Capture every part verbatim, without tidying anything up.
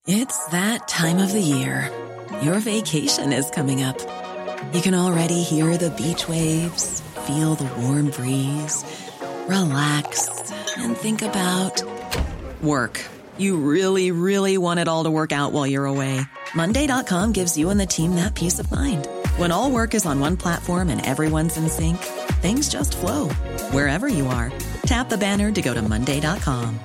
It's that time of the year. Your vacation is coming up. You can already hear the beach waves, feel the warm breeze, relax, and think about work. You really, really want it all to work out while you're away. Monday dot com gives you and the team that peace of mind. When all work is on one platform and everyone's in sync, things just flow. Wherever you are, tap the banner to go to Monday dot com.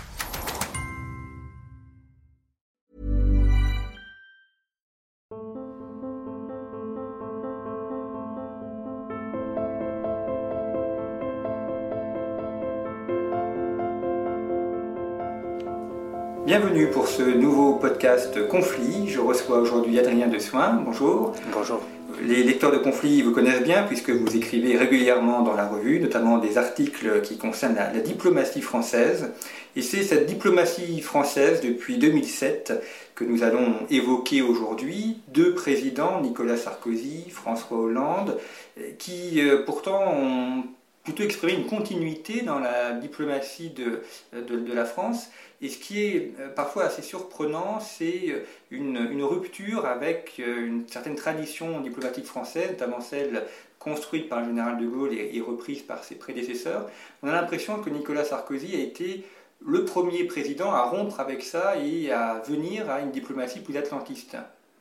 Bienvenue pour ce nouveau podcast Conflit. Je reçois aujourd'hui Adrien Dessoin. Bonjour. Bonjour. Les lecteurs de Conflit vous connaissent bien puisque vous écrivez régulièrement dans la revue, notamment des articles qui concernent la, la diplomatie française. Et c'est cette diplomatie française depuis deux mille sept que nous allons évoquer aujourd'hui. Deux présidents, Nicolas Sarkozy, François Hollande, qui euh, pourtant ont plutôt exprimé une continuité dans la diplomatie de, de, de la France. Et ce qui est parfois assez surprenant, c'est une, une rupture avec une certaine tradition diplomatique française, notamment celle construite par le général de Gaulle et, et reprise par ses prédécesseurs. On a l'impression que Nicolas Sarkozy a été le premier président à rompre avec ça et à venir à une diplomatie plus atlantiste.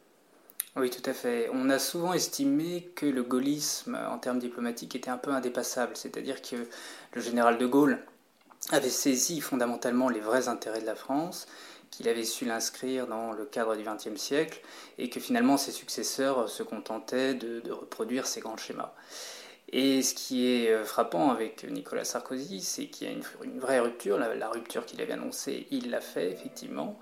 Oui, tout à fait. On a souvent estimé que le gaullisme, en termes diplomatiques, était un peu indépassable. C'est-à-dire que le général de Gaulle avait saisi fondamentalement les vrais intérêts de la France, qu'il avait su l'inscrire dans le cadre du vingtième siècle, et que finalement ses successeurs se contentaient de, de reproduire ces grands schémas. Et ce qui est frappant avec Nicolas Sarkozy, c'est qu'il y a une, une vraie rupture. La, la rupture qu'il avait annoncée, il l'a fait, effectivement.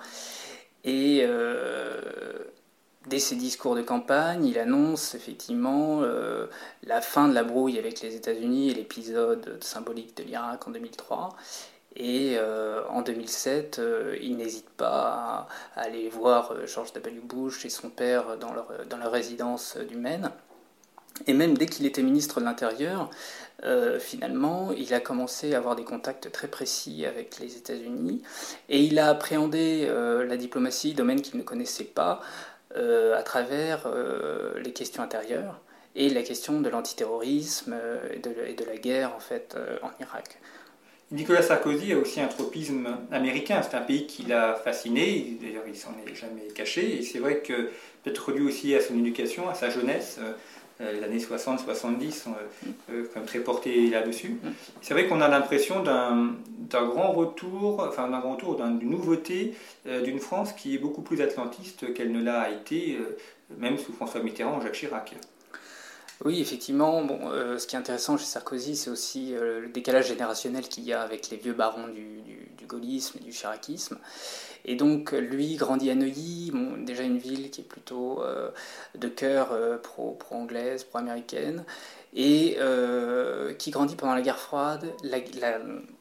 Et euh, dès ses discours de campagne, il annonce effectivement euh, la fin de la brouille avec les États-Unis et l'épisode symbolique de l'Irak en deux mille trois. Et euh, en deux mille sept, euh, il n'hésite pas à, à aller voir George W. Bush et son père dans leur, dans leur résidence du Maine. Et même dès qu'il était ministre de l'Intérieur, euh, finalement, il a commencé à avoir des contacts très précis avec les États-Unis. Et il a appréhendé euh, la diplomatie, domaine qu'il ne connaissait pas, Euh, à travers euh, les questions intérieures et la question de l'antiterrorisme euh, et, de, et de la guerre en fait euh, en Irak. Nicolas Sarkozy a aussi un tropisme américain, c'est un pays qui l'a fasciné, d'ailleurs il s'en est jamais caché, et c'est vrai que peut-être dû aussi à son éducation, à sa jeunesse, euh, les années soixante soixante-dix sont euh, euh, comme très portées là-dessus. C'est vrai qu'on a l'impression d'un, d'un grand retour, enfin d'un grand retour, d'un, d'une nouveauté euh, d'une France qui est beaucoup plus atlantiste qu'elle ne l'a été, euh, même sous François Mitterrand ou Jacques Chirac. Oui, effectivement. Bon, euh, ce qui est intéressant chez Sarkozy, c'est aussi euh, le décalage générationnel qu'il y a avec les vieux barons du, du, du gaullisme et du chiracisme. Et donc, lui grandit à Neuilly, bon, déjà une ville qui est plutôt euh, de cœur euh, pro, pro-anglaise, pro-américaine, et euh, qui grandit pendant la guerre froide, la, la,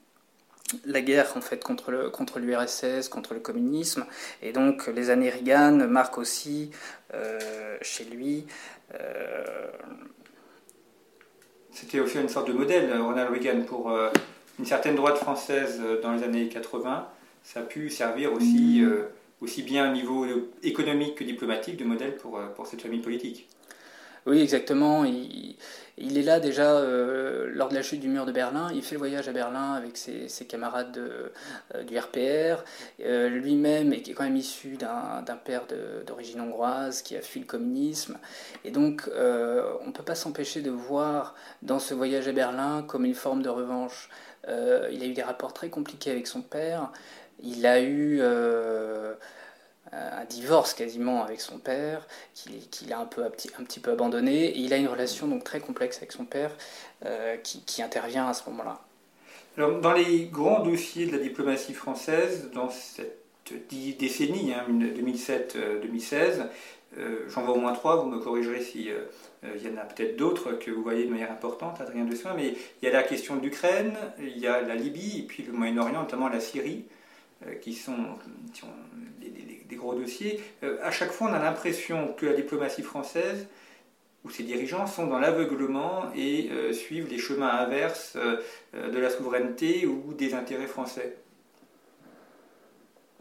la guerre en fait contre, le, contre l'U R S S, contre le communisme. Et donc, les années Reagan marquent aussi euh, chez lui. Euh... C'était aussi une sorte de modèle, Ronald Reagan, pour euh, une certaine droite française dans les années quatre-vingts. Ça a pu servir aussi, euh, aussi bien au niveau économique que diplomatique de modèle pour, pour cette famille politique. Oui, exactement. Il, il est là déjà euh, lors de la chute du mur de Berlin. Il fait le voyage à Berlin avec ses, ses camarades de, euh, du R P R. Euh, lui-même est quand même issu d'un, d'un père de, d'origine hongroise qui a fui le communisme. Et donc, euh, on ne peut pas s'empêcher de voir dans ce voyage à Berlin comme une forme de revanche. Euh, il a eu des rapports très compliqués avec son père. Il a eu... Euh, un divorce quasiment avec son père, qu'il, qu'il a un, peu, un, petit, un petit peu abandonné, et il a une relation donc très complexe avec son père euh, qui, qui intervient à ce moment-là. Alors, dans les grands dossiers de la diplomatie française, dans cette décennie, hein, deux mille sept deux mille seize, euh, j'en vois au moins trois, vous me corrigerez si euh, il y en a peut-être d'autres que vous voyez de manière importante, Adrien Dessoin, mais il y a la question de l'Ukraine, il y a la Libye, et puis le Moyen-Orient, notamment la Syrie, euh, qui sont, qui ont des, des, des gros dossiers. Euh, à chaque fois, on a l'impression que la diplomatie française, où ses dirigeants sont dans l'aveuglement et euh, suivent les chemins inverses euh, de la souveraineté ou des intérêts français.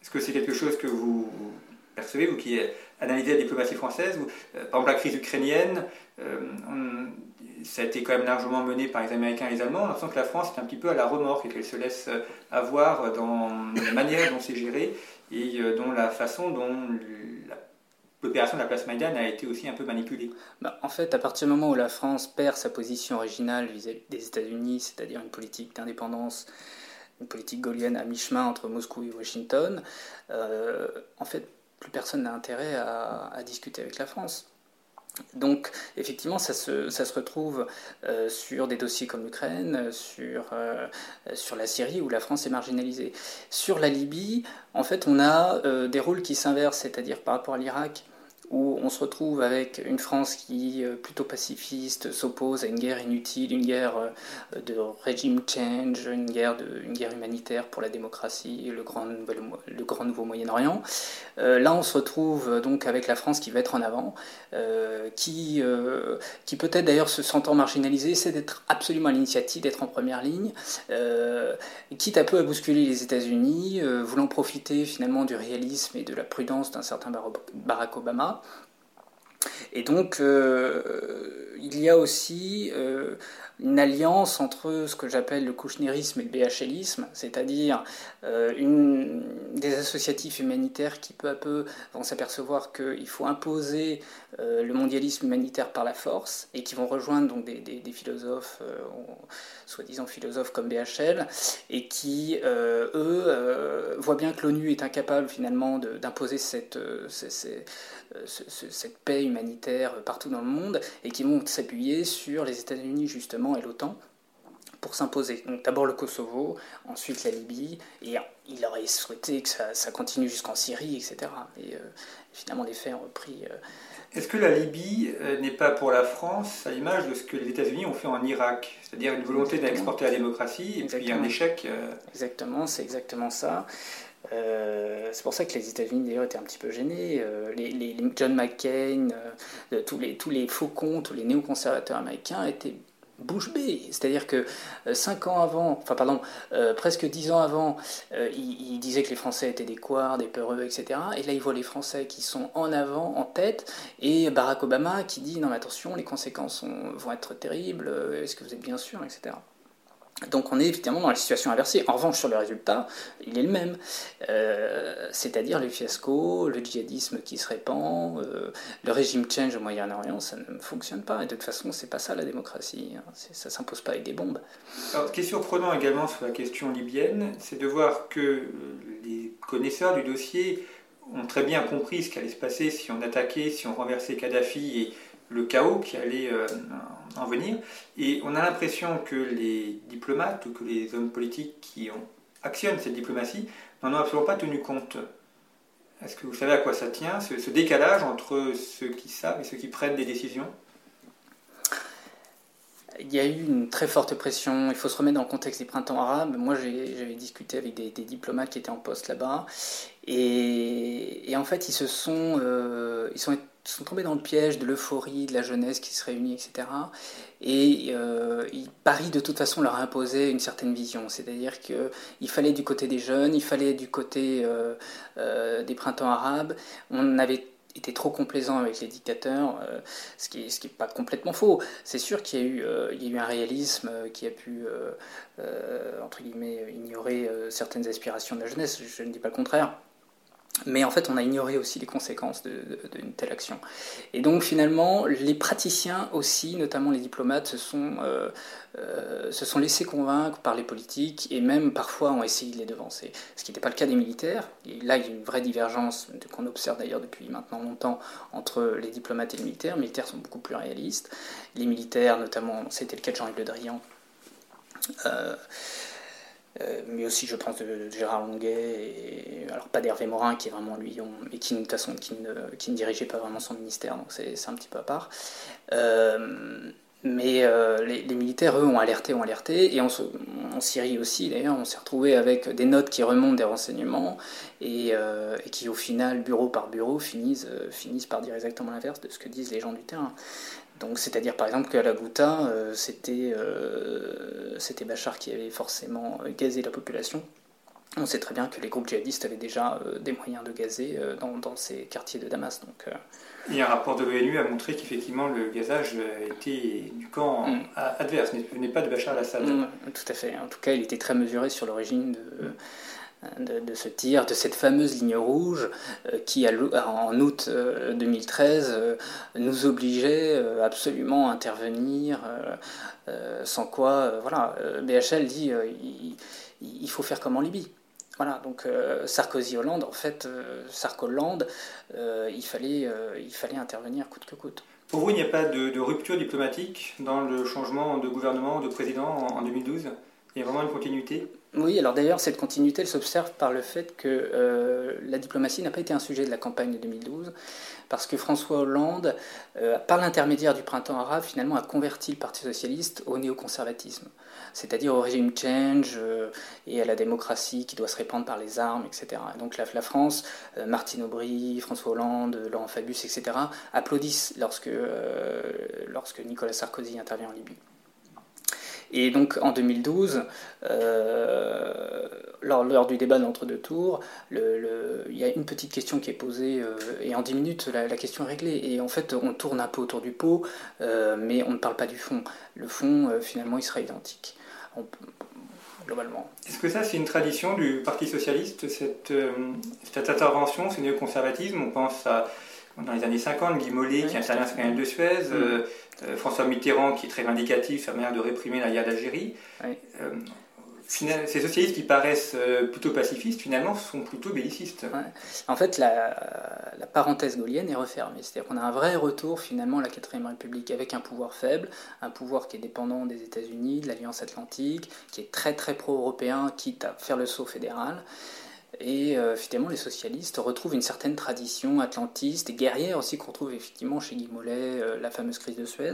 Est-ce que c'est quelque chose que vous percevez, vous qui analysez la diplomatie française? Vous, euh, par exemple, la crise ukrainienne, euh, on, ça a été quand même largement mené par les Américains et les Allemands. On a l'impression que la France est un petit peu à la remorque et qu'elle se laisse avoir dans la manière dont c'est géré et dans la façon dont la, l'opération de la place Maïdan a été aussi un peu manipulée. Bah, en fait, à partir du moment où la France perd sa position originale vis-à-vis des États-Unis, c'est-à-dire une politique d'indépendance, une politique gaullienne à mi-chemin entre Moscou et Washington, euh, en fait, plus personne n'a intérêt à, à discuter avec la France. Donc, effectivement, ça se, ça se retrouve euh, sur des dossiers comme l'Ukraine, sur, euh, sur la Syrie, où la France est marginalisée. Sur la Libye, en fait, on a euh, des rôles qui s'inversent, c'est-à-dire par rapport à l'Irak, où on se retrouve avec une France qui, plutôt pacifiste, s'oppose à une guerre inutile, une guerre de régime change, une guerre, de, une guerre humanitaire pour la démocratie, le grand, le grand nouveau Moyen-Orient. Euh, là, on se retrouve donc avec la France qui va être en avant, euh, qui, euh, qui peut-être d'ailleurs se sentant marginalisée, essaie d'être absolument à l'initiative, d'être en première ligne, euh, quitte un peu à bousculer les États-Unis, euh, voulant profiter finalement du réalisme et de la prudence d'un certain Barack Obama. Et donc, euh, il y a aussi euh, une alliance entre ce que j'appelle le kouchnérisme et le B H Lisme, c'est-à-dire euh, une, des associatifs humanitaires qui peu à peu vont s'apercevoir qu'il faut imposer euh, le mondialisme humanitaire par la force, et qui vont rejoindre donc des, des, des philosophes, euh, soi-disant philosophes comme B H L, et qui, euh, eux, euh, voient bien que l'ONU est incapable finalement de, d'imposer cette, euh, ces, ces, cette paix humanitaire partout dans le monde, et qui vont s'appuyer sur les États-Unis justement et l'OTAN pour s'imposer. Donc d'abord le Kosovo, ensuite la Libye, et il aurait souhaité que ça, ça continue jusqu'en Syrie, et cetera. Et euh, finalement les faits ont repris. Euh... Est-ce que la Libye euh, n'est pas pour la France à l'image de ce que les États-Unis ont fait en Irak, c'est-à-dire une volonté exactement. d'exporter la démocratie et exactement. puis un échec euh... Exactement, c'est exactement ça. Euh, c'est pour ça que les États-Unis d'ailleurs étaient un petit peu gênés. Euh, les, les, les John McCain, euh, tous, les, tous les faucons, tous les néoconservateurs américains étaient bouche bée. C'est-à-dire que euh, cinq ans avant, enfin pardon, euh, presque dix ans avant, euh, ils, ils disaient que les Français étaient des couards, des peureux, et cetera. Et là, ils voient les Français qui sont en avant, en tête, et Barack Obama qui dit non mais attention, les conséquences sont, vont être terribles. Est-ce que vous êtes bien sûr, et cetera. Donc on est évidemment dans la situation inversée. En revanche, sur le résultat, il est le même. Euh, c'est-à-dire le fiasco, le djihadisme qui se répand, euh, le régime change au Moyen-Orient, ça ne fonctionne pas. Et de toute façon, c'est pas ça la démocratie. C'est, ça ne s'impose pas avec des bombes. Alors, ce qui est surprenant également sur la question libyenne, c'est de voir que les connaisseurs du dossier ont très bien compris ce qui allait se passer si on attaquait, si on renversait Kadhafi et le chaos qui allait euh, en venir. Et on a l'impression que les diplomates ou que les hommes politiques qui ont, actionnent cette diplomatie n'en ont absolument pas tenu compte. Est-ce que vous savez à quoi ça tient, ce, ce décalage entre ceux qui savent et ceux qui prennent des décisions ? Il y a eu une très forte pression. Il faut se remettre dans le contexte des printemps arabes. Moi, j'ai, j'avais discuté avec des, des diplomates qui étaient en poste là-bas. Et, et en fait, ils se sont, euh, ils sont, ils sont tombés dans le piège de l'euphorie, de la jeunesse qui se réunit, et cetera. Et euh, Paris, de toute façon, leur a imposé une certaine vision. C'est-à-dire qu'il fallait du côté des jeunes, il fallait du côté euh, euh, des printemps arabes. On avait était trop complaisant avec les dictateurs, euh, ce qui n'est ce qui est pas complètement faux. C'est sûr qu'il y a eu, euh, il y a eu un réalisme qui a pu, euh, euh, entre guillemets, ignorer euh, certaines aspirations de la jeunesse, je ne dis pas le contraire. Mais en fait, on a ignoré aussi les conséquences de, de, d'une telle action. Et donc, finalement, les praticiens aussi, notamment les diplomates, se sont, euh, euh, se sont laissés convaincre par les politiques et même parfois ont essayé de les devancer. Ce qui n'était pas le cas des militaires. Et là, il y a une vraie divergence qu'on observe d'ailleurs depuis maintenant longtemps entre les diplomates et les militaires. Les militaires sont beaucoup plus réalistes. Les militaires, notamment, c'était le cas de Jean-Yves Le Drian, euh, Euh, mais aussi je pense de, de Gérard Longuet, et, alors pas d'Hervé Morin qui est vraiment lui, on, mais qui de toute façon qui ne, qui ne dirigeait pas vraiment son ministère, donc c'est, c'est un petit peu à part. Euh, mais euh, les, les militaires, eux, ont alerté, ont alerté, et en, en Syrie aussi, d'ailleurs, on s'est retrouvé avec des notes qui remontent des renseignements, et, euh, et qui au final, bureau par bureau, finissent, euh, finissent par dire exactement l'inverse de ce que disent les gens du terrain. Donc, c'est-à-dire par exemple qu'à la Ghouta, euh, c'était, euh, c'était Bachar qui avait forcément gazé la population On sait très bien que les groupes djihadistes avaient déjà euh, des moyens de gazer euh, dans, dans ces quartiers de Damas. Donc, euh... Et un rapport de l'ONU a montré qu'effectivement le gazage était du camp mm. adverse, ne venait pas de Bachar el-Assad. Mm, tout à fait. En tout cas, il était très mesuré sur l'origine de, de, de ce tir, de cette fameuse ligne rouge euh, qui, en août euh, deux mille treize, euh, nous obligeait euh, absolument à intervenir, euh, euh, sans quoi, euh, voilà, B H L dit euh, il, il faut faire comme en Libye. Voilà, donc euh, Sarkozy-Hollande, en fait, euh, Sarko-Hollande, euh, il, fallait, euh, il fallait intervenir coûte que coûte. Pour vous, il n'y a pas de, de rupture diplomatique dans le changement de gouvernement, de président en, en deux mille douze ? Il y a vraiment une continuité ? Oui, alors d'ailleurs, cette continuité, elle s'observe par le fait que euh, la diplomatie n'a pas été un sujet de la campagne de deux mille douze, parce que François Hollande, euh, par l'intermédiaire du printemps arabe, finalement a converti le Parti socialiste au néoconservatisme, c'est-à-dire au régime change euh, et à la démocratie qui doit se répandre par les armes, et cetera. Et donc la, la France, euh, Martine Aubry, François Hollande, Laurent Fabius, et cetera, applaudissent lorsque, euh, lorsque Nicolas Sarkozy intervient en Libye. Et donc en deux mille douze, euh, lors, lors du débat d'entre-deux tours, le, le, il y a une petite question qui est posée euh, et en dix minutes la, la question est réglée. Et en fait on tourne un peu autour du pot, euh, mais on ne parle pas du fond. Le fond euh, finalement il sera identique, on, globalement. Est-ce que ça c'est une tradition du Parti socialiste, cette, euh, cette intervention, ce néoconservatisme? On pense à dans les années cinquante, Guy Mollet oui, qui intervient sur le canal de Suez, oui. euh, euh, François Mitterrand qui est très vindicatif sur la manière de réprimer la guerre d'Algérie. Oui. Euh, final, ces socialistes qui paraissent euh, plutôt pacifistes, finalement, sont plutôt bellicistes. Ouais. En fait, la, la parenthèse gaulienne est refermée. C'est-à-dire qu'on a un vrai retour, finalement, à la quatrième République avec un pouvoir faible, un pouvoir qui est dépendant des États-Unis, de l'Alliance Atlantique, qui est très très pro-européen, quitte à faire le saut fédéral. Et euh, finalement, les socialistes retrouvent une certaine tradition atlantiste et guerrière aussi qu'on retrouve effectivement chez Guy Mollet, euh, la fameuse crise de Suez.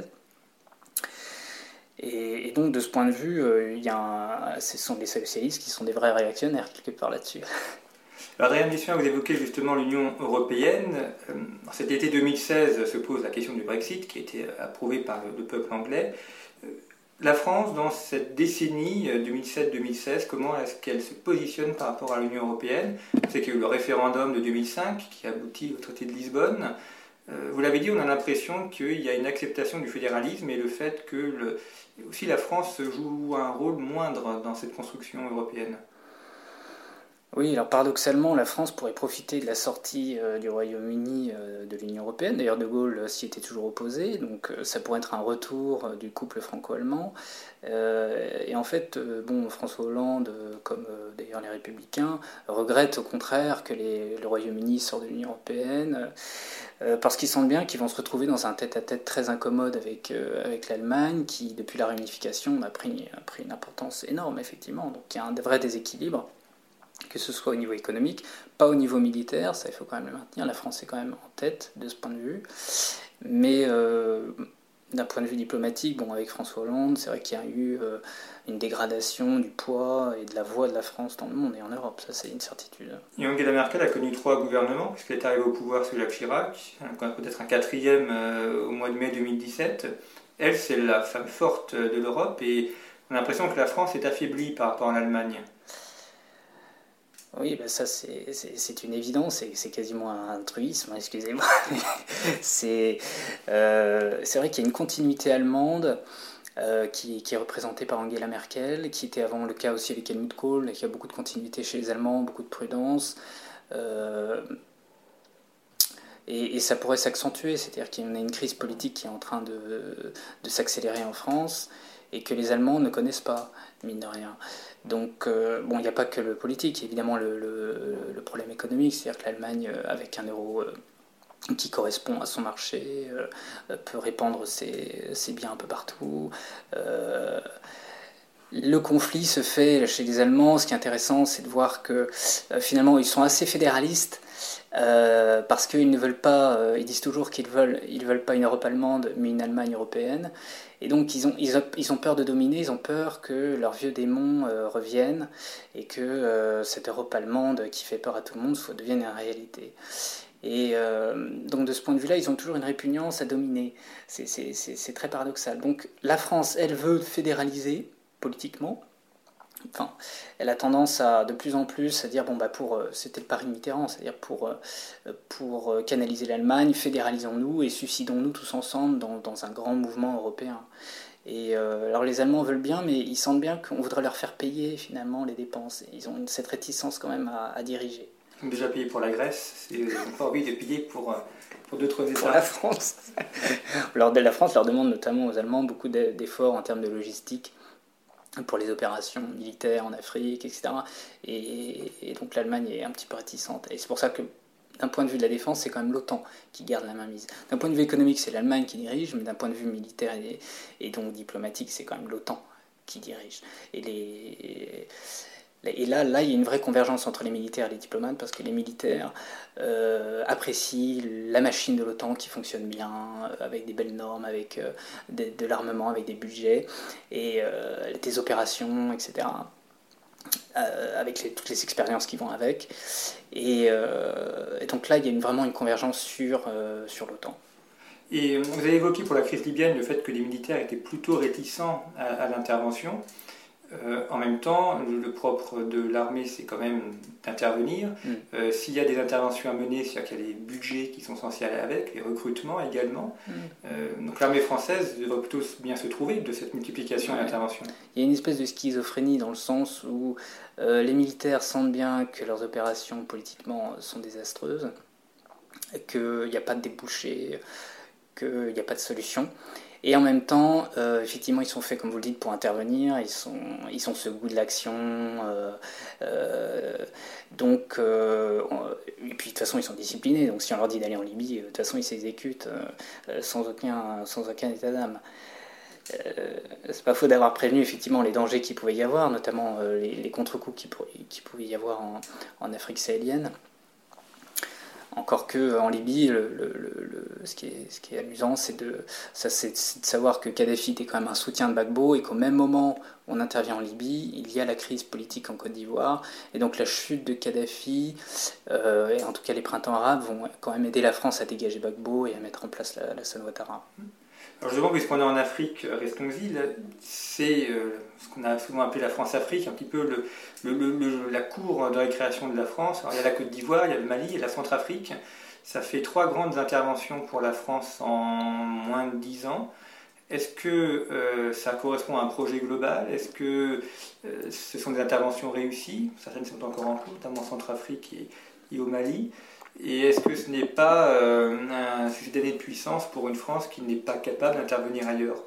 Et, et donc, de ce point de vue, euh, il y a un, ce sont les socialistes qui sont des vrais réactionnaires quelque part là-dessus. Alors, Adrien Bismuth, vous évoquez justement l'Union européenne. Euh, cet été deux mille seize se pose la question du Brexit, qui a été approuvé par le, le peuple anglais. Euh, La France, dans cette décennie deux mille sept deux mille seize, comment est-ce qu'elle se positionne par rapport à l'Union européenne? C'est qu'il y a eu le référendum de deux mille cinq qui aboutit au traité de Lisbonne. Euh, vous l'avez dit, on a l'impression qu'il y a une acceptation du fédéralisme et le fait que le, aussi la France joue un rôle moindre dans cette construction européenne. Oui, alors paradoxalement, la France pourrait profiter de la sortie euh, du Royaume-Uni euh, de l'Union européenne. D'ailleurs, De Gaulle euh, s'y était toujours opposé, donc euh, ça pourrait être un retour euh, du couple franco-allemand. Euh, et en fait, euh, bon, François Hollande, euh, comme euh, d'ailleurs les Républicains, regrette au contraire que les, le Royaume-Uni sorte de l'Union européenne, euh, parce qu'ils sentent bien qu'ils vont se retrouver dans un tête-à-tête très incommode avec, euh, avec l'Allemagne, qui, depuis la réunification, a pris, a pris une importance énorme, effectivement. Donc il y a un vrai déséquilibre, que ce soit au niveau économique, pas au niveau militaire, ça il faut quand même le maintenir, la France est quand même en tête de ce point de vue, mais euh, d'un point de vue diplomatique, bon, avec François Hollande, c'est vrai qu'il y a eu euh, une dégradation du poids et de la voix de la France dans le monde et en Europe, ça c'est une certitude. Et Angela Merkel a connu trois gouvernements, puisqu'elle est arrivée au pouvoir sous Jacques Chirac, peut-être un quatrième euh, au mois de mai deux mille dix-sept. Elle, c'est la femme forte de l'Europe et on a l'impression que la France est affaiblie par rapport à l'Allemagne. Oui, ben ça c'est, c'est, c'est une évidence, c'est, c'est quasiment un truisme, excusez-moi. c'est, euh, c'est vrai qu'il y a une continuité allemande euh, qui, qui est représentée par Angela Merkel, qui était avant le cas aussi avec Helmut Kohl, et qui a beaucoup de continuité chez les Allemands, beaucoup de prudence. Euh, et, et ça pourrait s'accentuer, c'est-à-dire qu'il y a une crise politique qui est en train de, de s'accélérer en France, et que les Allemands ne connaissent pas, mine de rien. Donc, euh, bon, il n'y a pas que le politique, évidemment le, le, le problème économique, c'est-à-dire que l'Allemagne, avec un euro euh, qui correspond à son marché, euh, peut répandre ses, ses biens un peu partout. Euh, le conflit se fait chez les Allemands. Ce qui est intéressant, c'est de voir que euh, finalement, ils sont assez fédéralistes, euh, parce qu'ils ne veulent pas, euh, ils disent toujours qu'ils veulent, ils veulent pas une Europe allemande, mais une Allemagne européenne. Et donc ils ont, ils, ont, ils ont peur de dominer, ils ont peur que leurs vieux démons euh, reviennent et que euh, cette Europe allemande qui fait peur à tout le monde soit, devienne une réalité. Et euh, donc de ce point de vue-là, ils ont toujours une répugnance à dominer. C'est, c'est, c'est, c'est très paradoxal. Donc la France, elle veut fédéraliser politiquement, enfin, elle a tendance à de plus en plus à dire bon bah pour c'était le pari Mitterrand, c'est-à-dire pour pour canaliser l'Allemagne, fédéralisons-nous et suicidons-nous tous ensemble dans, dans un grand mouvement européen. Et euh, alors les Allemands veulent bien, mais ils sentent bien qu'on voudrait leur faire payer finalement les dépenses. Et ils ont une, cette réticence quand même à, à diriger. Ils ont déjà payé pour la Grèce, ils n'ont pas envie de payer pour, pour d'autres États. Pour la France. Alors, la France leur demande notamment aux Allemands beaucoup d'efforts en termes de logistique pour les opérations militaires en Afrique, et cetera. Et, et donc l'Allemagne est un petit peu réticente. Et c'est pour ça que d'un point de vue de la défense, c'est quand même l'OTAN qui garde la main mise. D'un point de vue économique, c'est l'Allemagne qui dirige, mais d'un point de vue militaire et, et donc diplomatique, c'est quand même l'OTAN qui dirige. Et, les, et là, là, il y a une vraie convergence entre les militaires et les diplomates, parce que les militaires euh, apprécient la machine de l'OTAN qui fonctionne bien, avec des belles normes, avec euh, de, de l'armement, avec des budgets, et euh, des opérations, et cetera. Euh, avec les, toutes les expériences qui vont avec. Et, euh, et donc là, il y a une, vraiment une convergence sur, euh, sur l'OTAN. Et vous avez évoqué pour la crise libyenne le fait que les militaires étaient plutôt réticents à, à l'intervention. Euh, en même temps, le propre de l'armée, c'est quand même d'intervenir. Mm. Euh, s'il y a des interventions à mener, c'est-à-dire qu'il y a les budgets qui sont censés aller avec, les recrutements également. Mm. Euh, donc l'armée française devrait plutôt bien se trouver de cette multiplication ouais. d'interventions. Il y a une espèce de schizophrénie dans le sens où euh, les militaires sentent bien que leurs opérations politiquement sont désastreuses, qu'il n'y a pas de débouché, qu'il n'y a pas de solution. Et en même temps, euh, effectivement, ils sont faits, comme vous le dites, pour intervenir. Ils sont, ils ont ce goût de l'action. Euh, euh, donc, euh, et puis de toute façon, ils sont disciplinés. Donc, si on leur dit d'aller en Libye, de toute façon, ils s'exécutent euh, sans aucun, sans aucun état d'âme. Euh, c'est pas faux d'avoir prévenu effectivement les dangers qu'il pouvait y avoir, notamment euh, les, les contre-coups qu'il qu pouvait y avoir en, en Afrique sahélienne. Encore que en Libye, le, le, le, ce, qui est, ce qui est amusant, c'est de, ça, c'est, c'est de savoir que Kadhafi était quand même un soutien de Gbagbo et qu'au même moment où on intervient en Libye, il y a la crise politique en Côte d'Ivoire. Et donc la chute de Kadhafi, euh, et en tout cas les printemps arabes, vont quand même aider la France à dégager Gbagbo et à mettre en place la, la Salvatara. Alors justement, puisqu'on est en Afrique, restons-y, c'est euh, ce qu'on a souvent appelé la France-Afrique, un petit peu le, le, le, le, la cour de récréation de la France. Alors, il y a la Côte d'Ivoire, il y a le Mali, il y a la Centrafrique. Ça fait trois grandes interventions pour la France en moins de dix ans. Est-ce que euh, ça correspond à un projet global? Est-ce que euh, ce sont des interventions réussies? Certaines sont encore en cours, notamment en Centrafrique et, et au Mali. Et est-ce que ce n'est pas euh, un sujet d'année de puissance pour une France qui n'est pas capable d'intervenir ailleurs?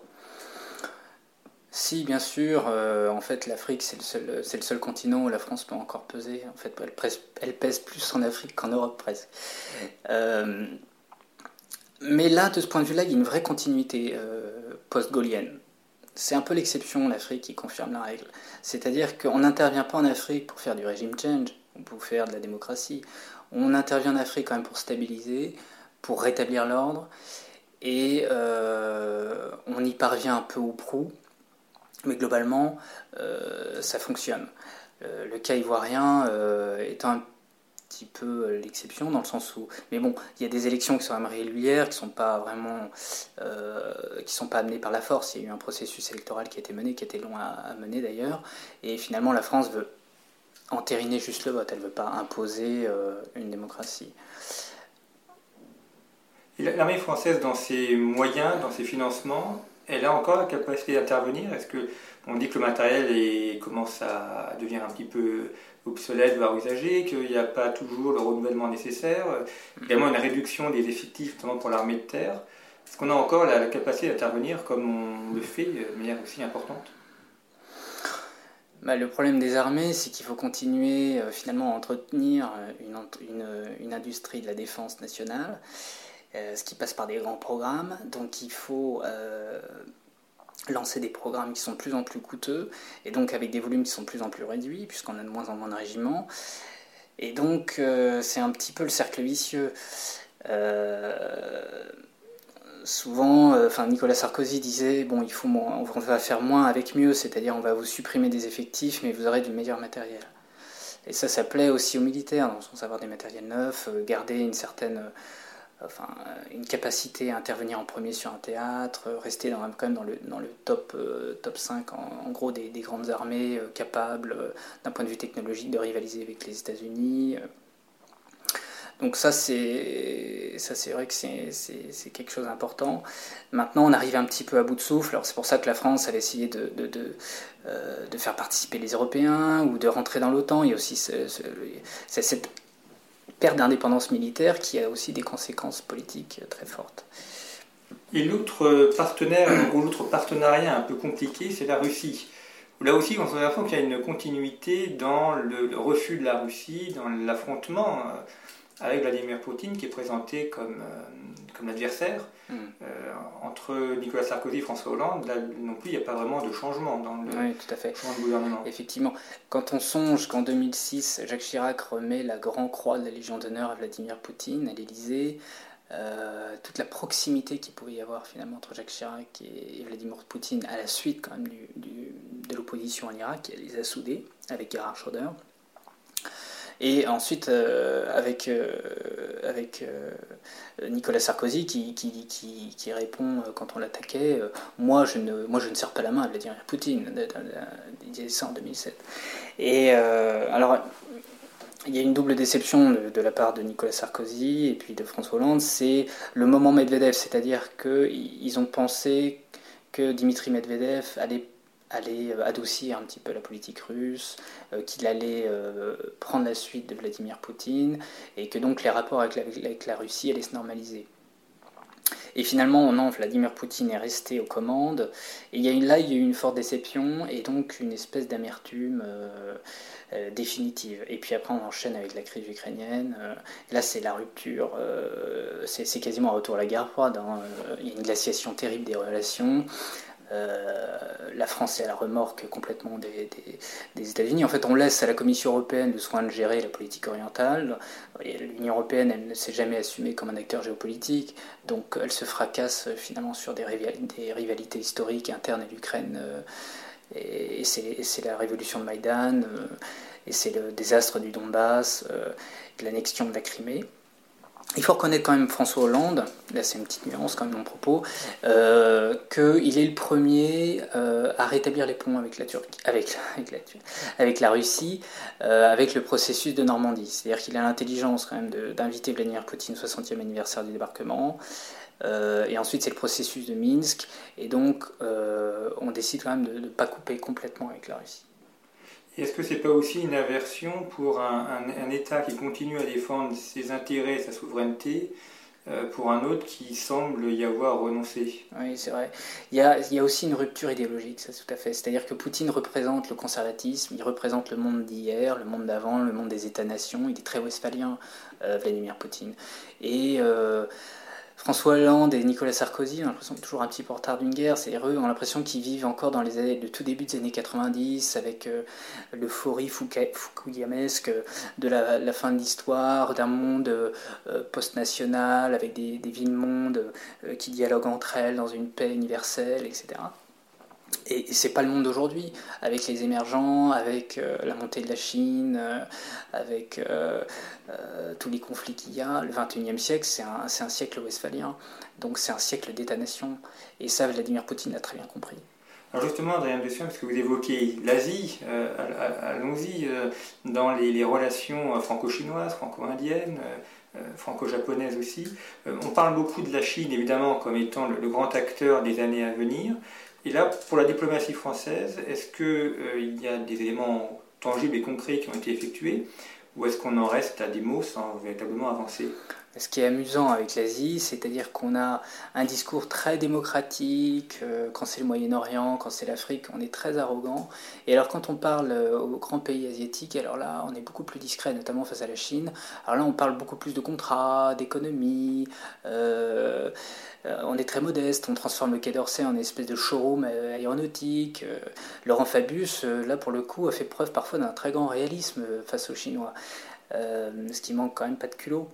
Si, bien sûr. Euh, en fait, l'Afrique, c'est le, seul, c'est le seul continent où la France peut encore peser. En fait, elle pèse, elle pèse plus en Afrique qu'en Europe, presque. Euh, mais là, de ce point de vue-là, il y a une vraie continuité euh, post-gaulienne. C'est un peu l'exception, l'Afrique, qui confirme la règle. C'est-à-dire qu'on n'intervient pas en Afrique pour faire du régime change, ou pour faire de la démocratie. On intervient en Afrique quand même pour stabiliser, pour rétablir l'ordre, et euh, on y parvient un peu ou prou, mais globalement, euh, ça fonctionne. Euh, le cas ivoirien euh, est un petit peu l'exception, dans le sens où... Mais bon, il y a des élections qui sont même régulières, qui ne sont pas vraiment... Euh, qui sont pas amenées par la force. Il y a eu un processus électoral qui a été mené, qui était long à, à mener d'ailleurs, et finalement la France veut entériner juste le vote, elle ne veut pas imposer euh, une démocratie. L'armée française, dans ses moyens, dans ses financements, elle a encore la capacité d'intervenir? Est-ce que on dit que le matériel est, commence à devenir un petit peu obsolète, voire usagé, qu'il n'y a pas toujours le renouvellement nécessaire, également une réduction des effectifs, notamment pour l'armée de terre? Est-ce qu'on a encore la, la capacité d'intervenir comme on le fait de manière aussi importante? Bah, le problème des armées, c'est qu'il faut continuer euh, finalement à entretenir une, une, une industrie de la défense nationale, euh, ce qui passe par des grands programmes. Donc il faut euh, lancer des programmes qui sont de plus en plus coûteux, et donc avec des volumes qui sont de plus en plus réduits, puisqu'on a de moins en moins de régiments. Et donc euh, c'est un petit peu le cercle vicieux. Euh, Souvent, euh, enfin, Nicolas Sarkozy disait bon, il faut moins, on va faire moins avec mieux, c'est-à-dire on va vous supprimer des effectifs, mais vous aurez du meilleur matériel. Et ça, ça plaît aussi aux militaires, dans le sens d'avoir des matériels neufs, euh, garder une certaine enfin, une capacité à intervenir en premier sur un théâtre, rester dans, quand même dans le, dans le top, euh, top cinq en, en gros des, des grandes armées euh, capables euh, d'un point de vue technologique de rivaliser avec les États-Unis. Donc ça c'est, ça, c'est vrai que c'est, c'est, c'est quelque chose d'important. Maintenant on arrive un petit peu à bout de souffle, alors c'est pour ça que la France elle a essayé de, de, de, euh, de faire participer les Européens ou de rentrer dans l'OTAN. Il y a aussi ce, ce, cette perte d'indépendance militaire qui a aussi des conséquences politiques très fortes. Et l'autre partenaire, ou l'autre partenariat un peu compliqué, c'est la Russie. Là aussi, on a l'impression qu'il y a une continuité dans le, le refus de la Russie, dans l'affrontement avec Vladimir Poutine, qui est présenté comme, euh, comme l'adversaire. Mm. Euh, entre Nicolas Sarkozy et François Hollande, là non plus, il n'y a pas vraiment de changement dans le oui, tout à fait. changement de gouvernement. Effectivement. Quand on songe qu'en deux mille six, Jacques Chirac remet la Grande Croix de la Légion d'honneur à Vladimir Poutine à l'Élysée, euh, toute la proximité qu'il pouvait y avoir finalement entre Jacques Chirac et, et Vladimir Poutine à la suite quand même du, du, de l'opposition en Irak, elle les a soudés avec Gerhard Schröder. Et ensuite, euh, avec, euh, avec euh, Nicolas Sarkozy qui, qui, qui, qui répond euh, quand on l'attaquait euh, moi, je ne, moi je ne serre pas la main à Vladimir Poutine. Il disait ça en deux mille sept. Et euh, alors, il y a une double déception de, de la part de Nicolas Sarkozy et puis de François Hollande, c'est le moment Medvedev, c'est-à-dire qu'ils ont pensé que Dimitri Medvedev allait allait adoucir un petit peu la politique russe, euh, qu'il allait euh, prendre la suite de Vladimir Poutine, et que donc les rapports avec la, avec la Russie allaient se normaliser. Et finalement, non, Vladimir Poutine est resté aux commandes, et il y a une, là il y a eu une forte déception, et donc une espèce d'amertume euh, euh, définitive. Et puis après on enchaîne avec la crise ukrainienne, euh, là c'est la rupture, euh, c'est, c'est quasiment un retour à la guerre froide, hein. Il y a une glaciation terrible des relations. Euh, la France est à la remorque complètement des, des, des États-Unis. En fait, on laisse à la Commission européenne le soin de gérer la politique orientale. Et l'Union européenne, elle ne s'est jamais assumée comme un acteur géopolitique, donc elle se fracasse finalement sur des, rival- des rivalités historiques internes à l'Ukraine. Euh, et, et, c'est, et c'est la révolution de Maïdan, euh, et c'est le désastre du Donbass, euh, l'annexion de la Crimée. Il faut reconnaître quand même François Hollande, là c'est une petite nuance quand même dans mon propos, euh, qu'il est le premier euh, à rétablir les ponts avec la, Turquie, avec, avec, la, avec la Russie, euh, avec le processus de Normandie. C'est-à-dire qu'il a l'intelligence quand même de, d'inviter Vladimir Poutine au soixantième anniversaire du débarquement, euh, et ensuite c'est le processus de Minsk, et donc euh, on décide quand même de ne pas couper complètement avec la Russie. Est-ce que ce n'est pas aussi une aversion pour un, un, un État qui continue à défendre ses intérêts, sa souveraineté, euh, pour un autre qui semble y avoir renoncé ? Oui, c'est vrai. Il y a, il y a aussi une rupture idéologique, ça tout à fait. C'est-à-dire que Poutine représente le conservatisme, il représente le monde d'hier, le monde d'avant, le monde des États-nations. Il est très westphalien, euh, Vladimir Poutine. Et... Euh, François Hollande et Nicolas Sarkozy, on a l'impression toujours un petit peu en retard d'une guerre, c'est eux, on a l'impression qu'ils vivent encore dans les années, le tout début des années quatre-vingt-dix, avec euh, l'euphorie fukuyamesque de la, la fin de l'histoire, d'un monde euh, post-national, avec des, des villes-mondes euh, qui dialoguent entre elles dans une paix universelle, et cetera. Et c'est pas le monde d'aujourd'hui, avec les émergents, avec euh, la montée de la Chine, euh, avec euh, euh, tous les conflits qu'il y a. Le vingt et unième siècle, c'est un, c'est un siècle westphalien, donc c'est un siècle d'État-nation. Et ça, Vladimir Poutine l'a très bien compris. Alors justement, Adrien Dessian, parce que vous évoquez l'Asie, euh, allons-y, euh, dans les, les relations franco-chinoises, franco-indiennes, euh, franco-japonaises aussi. Euh, on parle beaucoup de la Chine, évidemment, comme étant le, le grand acteur des années à venir. Et là, pour la diplomatie française, est-ce qu'il euh, y a des éléments tangibles et concrets qui ont été effectués, ou est-ce qu'on en reste à des mots sans véritablement avancer ? Ce qui est amusant avec l'Asie, c'est-à-dire qu'on a un discours très démocratique, euh, quand c'est le Moyen-Orient, quand c'est l'Afrique, on est très arrogant. Et alors quand on parle euh, aux grands pays asiatiques, alors là on est beaucoup plus discret, notamment face à la Chine. Alors là on parle beaucoup plus de contrats, d'économie, euh, euh, on est très modeste, on transforme le Quai d'Orsay en une espèce de showroom aéronautique. Euh, Laurent Fabius, euh, là pour le coup, a fait preuve parfois d'un très grand réalisme face aux Chinois, euh, ce qui manque quand même pas de culot.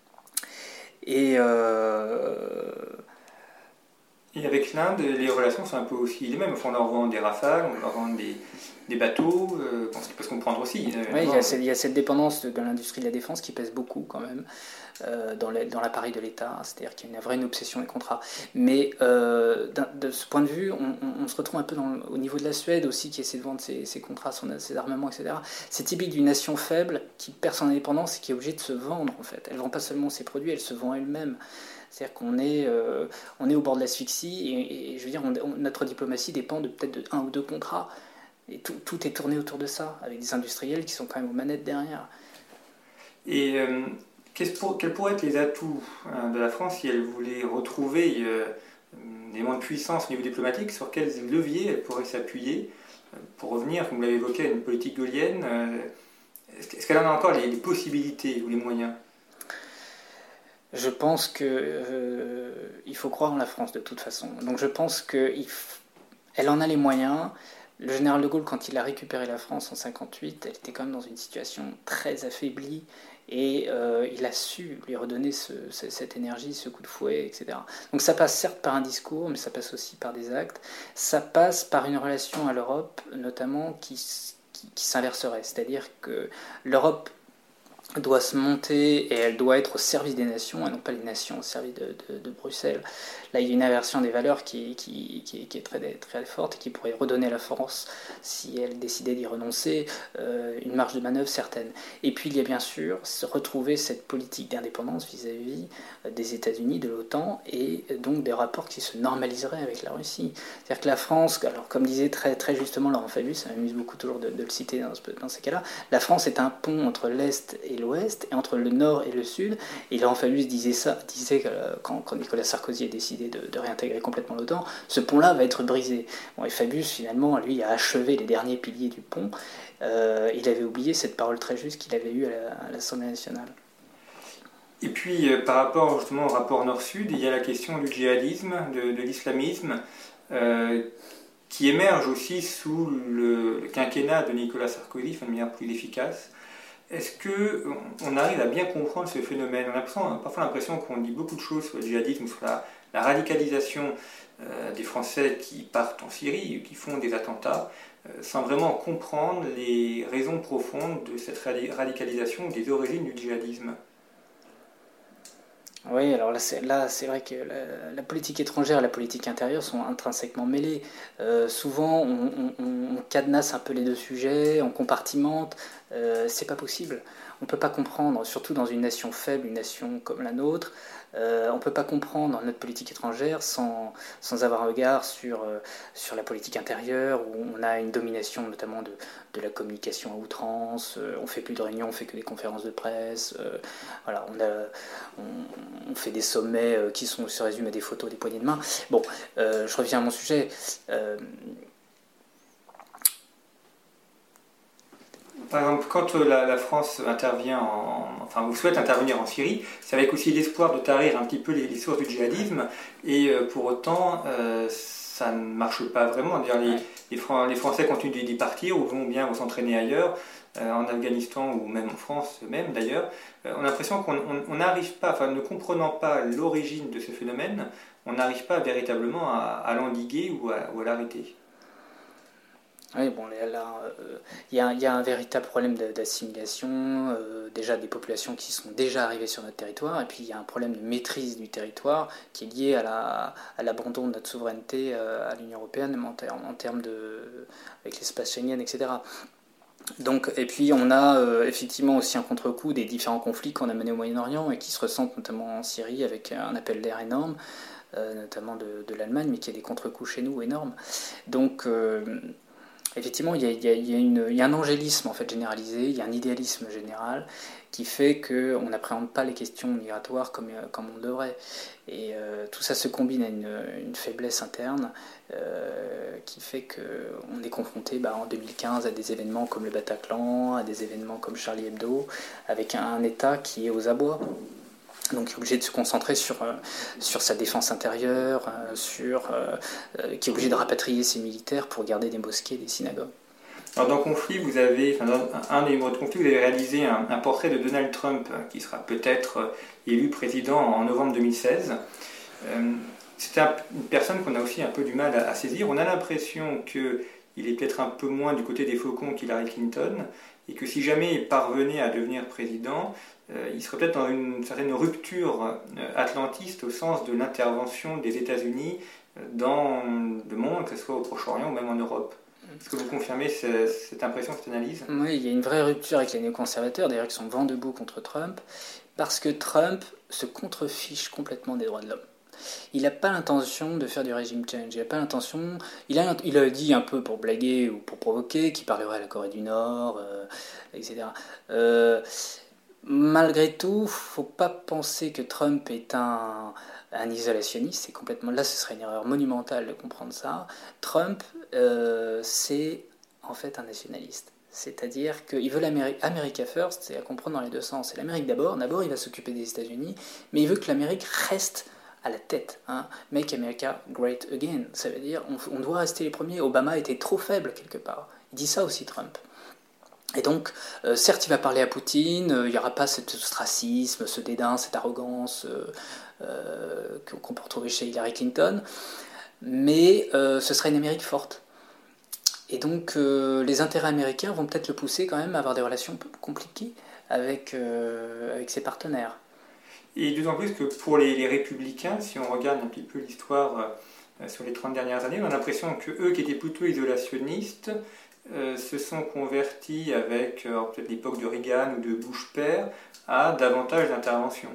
Et, euh... Et avec l'Inde, les relations sont un peu aussi les mêmes. On leur vend des Rafales, on leur vend des, des bateaux, euh, ce qui peut se comprendre aussi. Euh, oui, il y, a cette, il y a cette dépendance de, de l'industrie de la défense qui pèse beaucoup quand même euh, dans, les, dans l'appareil de l'État, c'est-à-dire qu'il y a une vraie une obsession des contrats. Mais euh, de ce point de vue, on, on, on se retrouve un peu dans, au niveau de la Suède aussi, qui essaie de vendre ses, ses contrats, son, ses armements, et cetera. C'est typique d'une nation faible qui perd son indépendance et qui est obligée de se vendre en fait. Elle ne vend pas seulement ses produits, elle se vend elle-même. C'est-à-dire qu'on est, euh, on est au bord de l'asphyxie et, et je veux dire, on, on, notre diplomatie dépend de peut-être de un ou deux contrats. Et tout, tout est tourné autour de ça, avec des industriels qui sont quand même aux manettes derrière. Et euh, pour, quels pourraient être les atouts hein, de la France si elle voulait retrouver euh, des éléments de puissance au niveau diplomatique? Sur quels leviers elle pourrait s'appuyer euh, pour revenir, comme vous l'avez évoqué, à une politique gaullienne? euh, Est-ce qu'elle en a encore les, les possibilités ou les moyens? Je pense qu'il euh, faut croire en la France de toute façon. Donc je pense qu'elle en a les moyens. Le général de Gaulle, quand il a récupéré la France en cinquante-huit, elle était quand même dans une situation très affaiblie et euh, il a su lui redonner ce, cette énergie, ce coup de fouet, et cetera. Donc ça passe certes par un discours, mais ça passe aussi par des actes. Ça passe par une relation à l'Europe, notamment, qui, qui, qui s'inverserait. C'est-à-dire que l'Europe doit se monter et elle doit être au service des nations et non pas les nations au service de, de, de Bruxelles. Là, il y a une inversion des valeurs qui, qui, qui, qui est très, très forte et qui pourrait redonner à la France, si elle décidait d'y renoncer, euh, une marge de manœuvre certaine. Et puis, il y a bien sûr se retrouver cette politique d'indépendance vis-à-vis des États-Unis, de l'OTAN, et donc des rapports qui se normaliseraient avec la Russie. C'est-à-dire que la France, alors comme disait très, très justement Laurent Fabius, ça m'amuse beaucoup toujours de, de le citer dans, ce, dans ces cas-là, la France est un pont entre l'Est et l'Ouest, et entre le Nord et le Sud. Et Laurent Fabius disait ça, disait que quand, quand Nicolas Sarkozy a décidé de, de réintégrer complètement l'OTAN, ce pont-là va être brisé. Bon, et Fabius, finalement, lui, a achevé les derniers piliers du pont. Euh, il avait oublié cette parole très juste qu'il avait eue à, la, à l'Assemblée nationale. Et puis, euh, par rapport justement au rapport Nord-Sud, il y a la question du djihadisme, de, de l'islamisme, euh, qui émerge aussi sous le, le quinquennat de Nicolas Sarkozy, de manière plus efficace. Est-ce qu'on arrive à bien comprendre ce phénomène? On a parfois l'impression qu'on dit beaucoup de choses sur le djihadisme, sur la, la radicalisation euh, des Français qui partent en Syrie, qui font des attentats, euh, sans vraiment comprendre les raisons profondes de cette radicalisation, des origines du djihadisme. Oui, alors là c'est, là, c'est vrai que la, la politique étrangère et la politique intérieure sont intrinsèquement mêlées. Euh, souvent, on, on, on cadenasse un peu les deux sujets, on compartimente. Euh, c'est pas possible. On peut pas comprendre, surtout dans une nation faible, une nation comme la nôtre, euh, on peut pas comprendre notre politique étrangère sans, sans avoir un regard sur, euh, sur la politique intérieure, où on a une domination notamment de, de la communication à outrance, euh, on fait plus de réunions, on fait que des conférences de presse, euh, voilà, on, a, on, on fait des sommets euh, qui sont, se résument à des photos, des poignées de main. Bon, euh, je reviens à mon sujet. Euh, Par exemple, quand la, la France intervient, en, enfin, vous souhaite intervenir en Syrie, c'est avec aussi l'espoir de tarir un petit peu les, les sources du djihadisme, et euh, pour autant, euh, ça ne marche pas vraiment. Les, les, Fran- les Français continuent d'y partir ou vont bien vont s'entraîner ailleurs, euh, en Afghanistan ou même en France même d'ailleurs. Euh, on a l'impression qu'on n'arrive pas, enfin, ne comprenant pas l'origine de ce phénomène, on n'arrive pas véritablement à, à l'endiguer ou à, ou à l'arrêter. Oui, bon, là, il euh, y, y a un véritable problème d'assimilation, euh, déjà des populations qui sont déjà arrivées sur notre territoire, et puis il y a un problème de maîtrise du territoire qui est lié à, la, à l'abandon de notre souveraineté euh, à l'Union européenne en, ter en termes de, avec l'espace Schengen, et cetera. Donc, et puis on a euh, effectivement aussi un contre-coup des différents conflits qu'on a menés au Moyen-Orient et qui se ressentent notamment en Syrie avec un appel d'air énorme, euh, notamment de, de l'Allemagne, mais qui a des contre-coups chez nous énormes. Donc, euh, effectivement, il y, a, il, y a, il, y a une, il y a un angélisme en fait généralisé, il y a un idéalisme général qui fait qu'on n'appréhende pas les questions migratoires comme, comme on devrait. Et euh, tout ça se combine à une, une faiblesse interne euh, qui fait qu'on est confronté bah, en deux mille quinze à des événements comme le Bataclan, à des événements comme Charlie Hebdo, avec un, un État qui est aux abois. Donc, il est obligé de se concentrer sur, euh, sur sa défense intérieure, euh, sur, euh, euh, qui est obligé de rapatrier ses militaires pour garder des mosquées, des synagogues. Alors, dans Conflit, vous avez, enfin, dans un des numéros de Conflit, vous avez réalisé un, un portrait de Donald Trump, qui sera peut-être élu président en novembre deux mille seize. Euh, c'est un, une personne qu'on a aussi un peu du mal à, à saisir. On a l'impression qu'il il est peut-être un peu moins du côté des faucons qu'Hillary Clinton, et que si jamais il parvenait à devenir président, euh, il serait peut-être dans une certaine rupture euh, atlantiste au sens de l'intervention des États-Unis dans le monde, que ce soit au Proche-Orient ou même en Europe. Est-ce que vous confirmez ce, cette impression, cette analyse ? Oui, il y a une vraie rupture avec les néoconservateurs, d'ailleurs, qui sont vent debout contre Trump, parce que Trump se contrefiche complètement des droits de l'homme. Il n'a pas l'intention de faire du régime change, il n'a pas l'intention... Il a, il a dit un peu pour blaguer ou pour provoquer qu'il parlerait à la Corée du Nord, euh, et cetera. Euh, malgré tout, il ne faut pas penser que Trump est un... un isolationniste, c'est complètement... Là, ce serait une erreur monumentale de comprendre ça. Trump, euh, c'est en fait un nationaliste. C'est-à-dire qu'il veut l'Amérique... America First, c'est à comprendre dans les deux sens. C'est l'Amérique d'abord. D'abord, il va s'occuper des États-Unis, mais il veut que l'Amérique reste à la tête. Hein. Make America Great Again. Ça veut dire on, on doit rester les premiers. Obama était trop faible, quelque part. Il dit ça aussi, Trump. Et donc, euh, certes, il va parler à Poutine, euh, il n'y aura pas cet ostracisme, ce dédain, cette arrogance euh, euh, qu'on peut retrouver chez Hillary Clinton, mais euh, ce sera une Amérique forte. Et donc, euh, les intérêts américains vont peut-être le pousser quand même à avoir des relations un peu compliquées avec, euh, avec ses partenaires. Et d'autant plus que pour les, les républicains, si on regarde un petit peu l'histoire euh, sur les trente dernières années, on a l'impression que eux qui étaient plutôt isolationnistes, Euh, se sont convertis avec euh, peut-être l'époque de Reagan ou de Bush père à davantage d'intervention.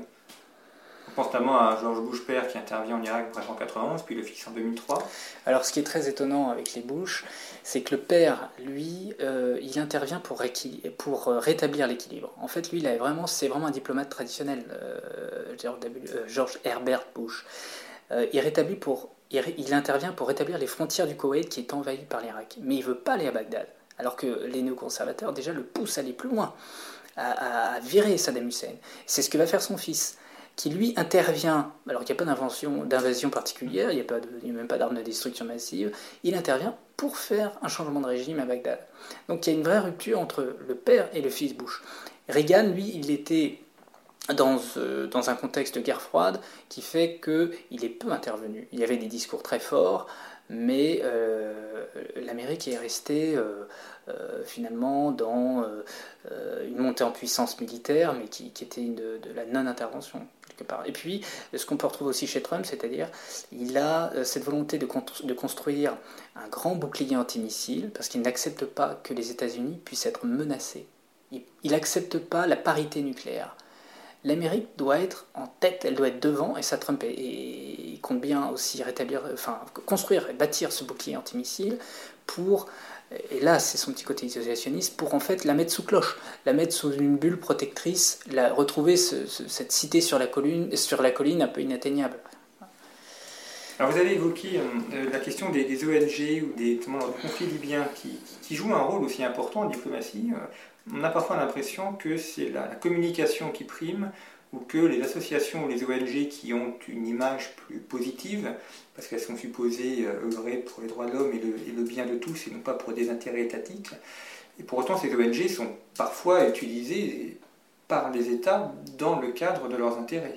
On pense notamment à George Bush père qui intervient en Irak en quatre-vingt-onze, puis le fils en deux mille trois. Alors ce qui est très étonnant avec les Bush, c'est que le père, lui, euh, il intervient pour, réquil... pour rétablir l'équilibre. En fait, lui, il a vraiment, c'est vraiment un diplomate traditionnel, euh, George, w... euh, George Herbert Bush. Euh, il rétablit pour Il intervient pour rétablir les frontières du Koweït qui est envahi par l'Irak. Mais il ne veut pas aller à Bagdad, alors que les néoconservateurs déjà le poussent à aller plus loin, à, à virer Saddam Hussein. C'est ce que va faire son fils, qui lui intervient, alors qu'il n'y a pas d'invasion particulière, il n'y a, a même pas d'armes de destruction massive, il intervient pour faire un changement de régime à Bagdad. Donc il y a une vraie rupture entre le père et le fils Bush. Reagan, lui, il était... Dans, euh, dans un contexte de guerre froide qui fait qu'il est peu intervenu. Il y avait des discours très forts, mais euh, l'Amérique est restée euh, euh, finalement dans euh, une montée en puissance militaire, mais qui, qui était de, de la non-intervention, quelque part. Et puis, ce qu'on peut retrouver aussi chez Trump, c'est-à-dire il a cette volonté de, de construire un grand bouclier antimissile, parce qu'il n'accepte pas que les États-Unis puissent être menacés. Il n'accepte pas la parité nucléaire. L'Amérique doit être en tête, elle doit être devant, et ça Trump est, et, il compte bien aussi rétablir, enfin construire et bâtir ce bouclier antimissile pour, et là c'est son petit côté isolationniste, pour en fait la mettre sous cloche, la mettre sous une bulle protectrice, la, retrouver ce, ce, cette cité sur la colline, sur la colline un peu inatteignable. Alors vous avez évoqué euh, la question des, des O N G ou des, des conflits libyens qui, qui jouent un rôle aussi important en diplomatie. On a parfois l'impression que c'est la, la communication qui prime ou que les associations ou les O N G qui ont une image plus positive, parce qu'elles sont supposées œuvrer pour les droits de l'homme et le, et le bien de tous et non pas pour des intérêts étatiques. Et pour autant, ces O N G sont parfois utilisées par les États dans le cadre de leurs intérêts.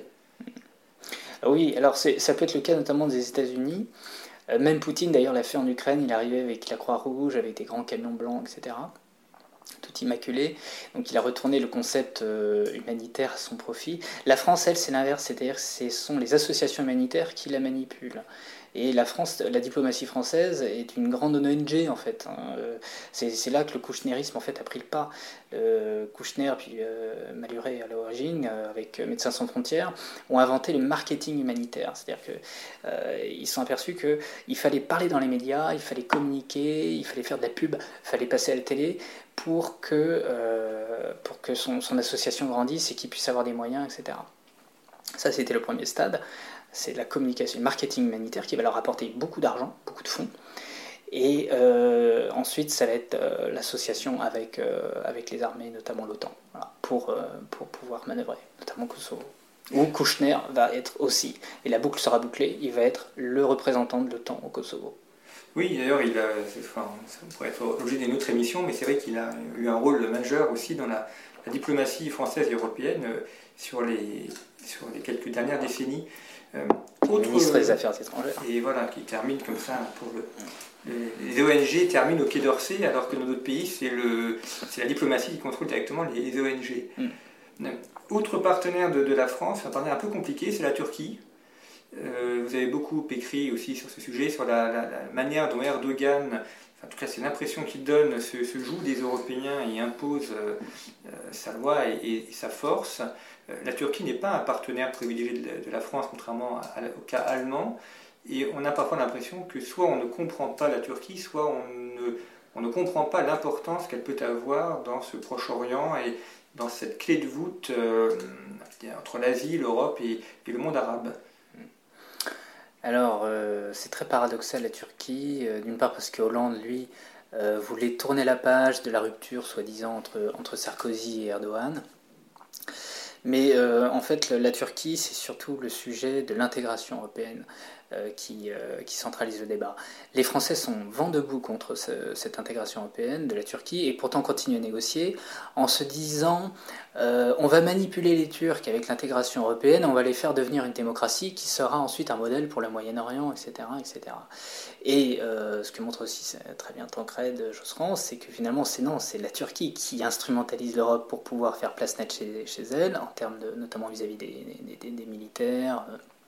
Oui, alors ça peut être le cas notamment des États-Unis. Euh, même Poutine d'ailleurs l'a fait en Ukraine, il arrivait avec la Croix-Rouge, avec des grands camions blancs, et cetera. Tout immaculé. Donc il a retourné le concept euh, humanitaire à son profit. La France, elle, c'est l'inverse, c'est-à-dire que ce sont les associations humanitaires qui la manipulent. Et la France, la diplomatie française est une grande O N G en fait. C'est, c'est là que le kouchnerisme en fait a pris le pas. Euh, Kouchner puis euh, Malhuret à l'origine, euh, avec Médecins sans frontières, ont inventé le marketing humanitaire. C'est-à-dire qu'ils euh, sont aperçus qu'il fallait parler dans les médias, il fallait communiquer, il fallait faire de la pub, il fallait passer à la télé pour que, euh, pour que son, son association grandisse et qu'il puisse avoir des moyens, et cetera. Ça, c'était le premier stade. C'est la communication, le marketing humanitaire qui va leur apporter beaucoup d'argent, beaucoup de fonds. Et euh, ensuite, ça va être euh, l'association avec, euh, avec les armées, notamment l'OTAN, voilà, pour, euh, pour pouvoir manœuvrer, notamment Kosovo. Où Kouchner va être aussi, et la boucle sera bouclée, il va être le représentant de l'OTAN au Kosovo. Oui, d'ailleurs, il a, enfin, ça pourrait être l'objet d'une autre émission, mais c'est vrai qu'il a eu un rôle majeur aussi dans la, la diplomatie française et européenne euh, sur les, sur les quelques dernières décennies. Euh, autre, ministre des Affaires étrangères. Et voilà, qui termine comme ça pour le... Les O N G terminent au Quai d'Orsay, alors que dans d'autres pays, c'est, le, c'est la diplomatie qui contrôle directement les, les O N G. Mm. Autre partenaire de, de la France, un partenaire un peu compliqué, c'est la Turquie. Euh, vous avez beaucoup écrit aussi sur ce sujet, sur la, la, la manière dont Erdogan, enfin, en tout cas c'est l'impression qu'il donne, se, se joue des Européens et impose euh, euh, sa loi et, et, et sa force. Euh, la Turquie n'est pas un partenaire privilégié de, de la France, contrairement à, à, au cas allemand. Et on a parfois l'impression que soit on ne comprend pas la Turquie, soit on ne, on ne comprend pas l'importance qu'elle peut avoir dans ce Proche-Orient et dans cette clé de voûte euh, entre l'Asie, l'Europe et, et le monde arabe. Alors, euh, c'est très paradoxal la Turquie, euh, d'une part parce que Hollande, lui, euh, voulait tourner la page de la rupture, soi-disant, entre, entre Sarkozy et Erdogan. Mais euh, en fait, la Turquie, c'est surtout le sujet de l'intégration européenne euh, qui, euh, qui centralise le débat. Les Français sont vent debout contre ce, cette intégration européenne de la Turquie et pourtant continuent à négocier en se disant euh, on va manipuler les Turcs avec l'intégration européenne, on va les faire devenir une démocratie qui sera ensuite un modèle pour le Moyen-Orient, et cetera et cetera. Et euh, ce que montre aussi très bien Tancred Josserand, c'est que finalement, c'est non, c'est la Turquie qui instrumentalise l'Europe pour pouvoir faire place nette chez, chez elle, en termes de, notamment vis-à-vis des, des, des, des militaires.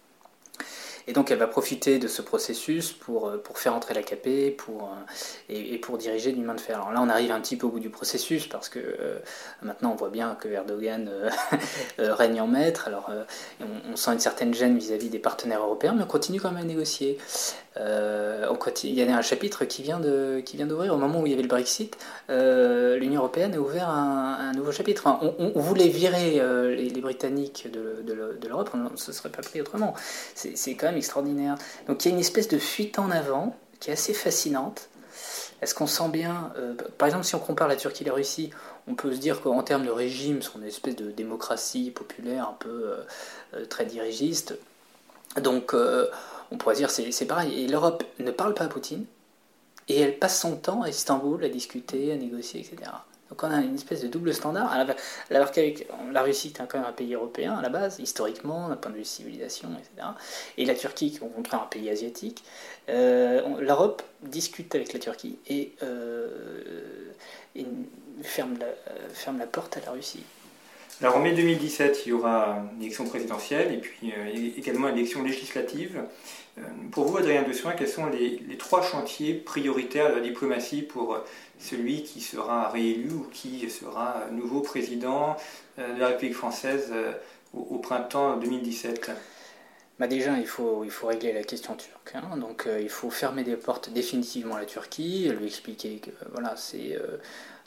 Et donc elle va profiter de ce processus pour, pour faire entrer l'A K P pour, et, et pour diriger d'une main de fer. Alors là on arrive un petit peu au bout du processus parce que euh, maintenant on voit bien que Erdogan euh, règne en maître. Alors euh, on, on sent une certaine gêne vis-à-vis des partenaires européens, mais on continue quand même à négocier. Euh, on continue, il y a un chapitre qui vient, de, qui vient d'ouvrir au moment où il y avait le Brexit. Euh, L'Union européenne a ouvert un, un nouveau chapitre. Enfin, on, on voulait virer euh, les, les Britanniques de, de, de l'Europe, on ne se serait pas pris autrement. C'est, c'est quand même extraordinaire. Donc il y a une espèce de fuite en avant qui est assez fascinante. Est-ce qu'on sent bien, euh, par exemple si on compare la Turquie et la Russie, on peut se dire qu'en termes de régime, c'est une espèce de démocratie populaire un peu euh, très dirigiste. Donc euh, on pourrait dire c'est, c'est pareil. Et l'Europe ne parle pas à Poutine et elle passe son temps à Istanbul à discuter, à négocier, et cetera. Donc on a une espèce de double standard, alors qu'avec la Russie, c'est quand même un pays européen à la base, historiquement, d'un point de vue de civilisation, et cetera. Et la Turquie, qui est au contraire un pays asiatique. Euh, l'Europe discute avec la Turquie et, euh, et ferme, la, ferme la porte à la Russie. Alors en mai deux mille dix-sept, il y aura une élection présidentielle et puis euh, également une élection législative. Euh, pour vous, Adrien Dessoin, quels sont les, les trois chantiers prioritaires de la diplomatie pour celui qui sera réélu ou qui sera nouveau président euh, de la République française euh, au, au printemps deux mille dix-sept? Bah déjà, il faut, il faut régler la question turque. Hein. Donc euh, il faut fermer des portes définitivement à la Turquie, lui expliquer que voilà, c'est... Euh,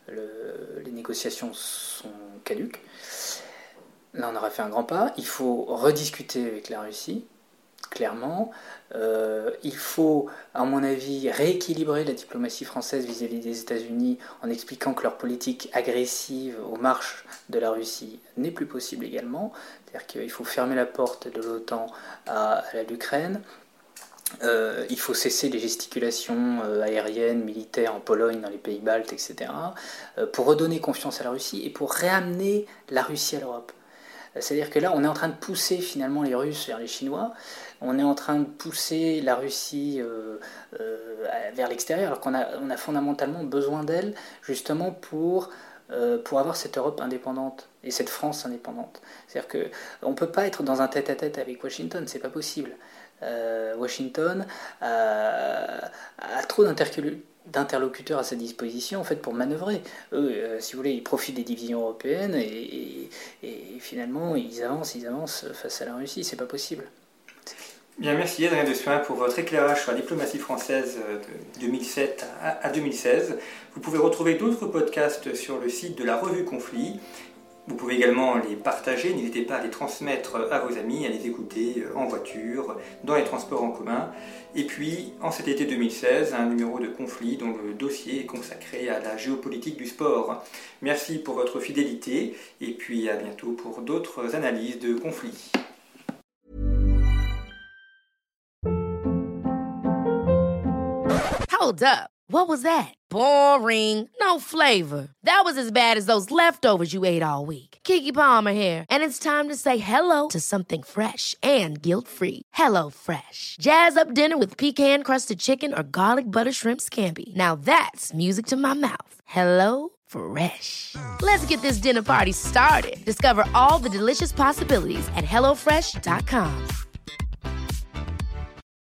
Le, les négociations sont caduques. Là, on aura fait un grand pas. Il faut rediscuter avec la Russie, clairement. Euh, il faut, à mon avis, rééquilibrer la diplomatie française vis-à-vis des États-Unis en expliquant que leur politique agressive aux marches de la Russie n'est plus possible également. C'est-à-dire qu'il faut fermer la porte de l'OTAN à, à l'Ukraine. Euh, il faut cesser les gesticulations euh, aériennes, militaires en Pologne, dans les pays baltes, et cetera, euh, pour redonner confiance à la Russie et pour réamener la Russie à l'Europe. Euh, c'est-à-dire que là, on est en train de pousser finalement les Russes vers les Chinois, on est en train de pousser la Russie euh, euh, vers l'extérieur, alors qu'on a, on a fondamentalement besoin d'elle, justement pour... Euh, pour avoir cette Europe indépendante et cette France indépendante. C'est-à-dire qu'on ne peut pas être dans un tête-à-tête avec Washington, c'est pas possible. Euh, Washington a, a trop d'interlocuteurs à sa disposition en fait, pour manœuvrer. Eux, euh, si vous voulez, ils profitent des divisions européennes et, et, et finalement ils avancent, ils avancent face à la Russie, c'est pas possible. Bien, merci Adrien Dessoin pour votre éclairage sur la diplomatie française de deux mille sept à deux mille seize. Vous pouvez retrouver d'autres podcasts sur le site de la revue Conflit. Vous pouvez également les partager, n'hésitez pas à les transmettre à vos amis, à les écouter en voiture, dans les transports en commun. Et puis, en cet été deux mille seize, un numéro de Conflit dont le dossier est consacré à la géopolitique du sport. Merci pour votre fidélité et puis à bientôt pour d'autres analyses de Conflit. Hold up. What was that? Boring. No flavor. That was as bad as those leftovers you ate all week. Keke Palmer here, and it's time to say hello to something fresh and guilt-free. Hello Fresh. Jazz up dinner with pecan-crusted chicken or garlic butter shrimp scampi. Now that's music to my mouth. Hello Fresh. Let's get this dinner party started. Discover all the delicious possibilities at hello fresh dot com.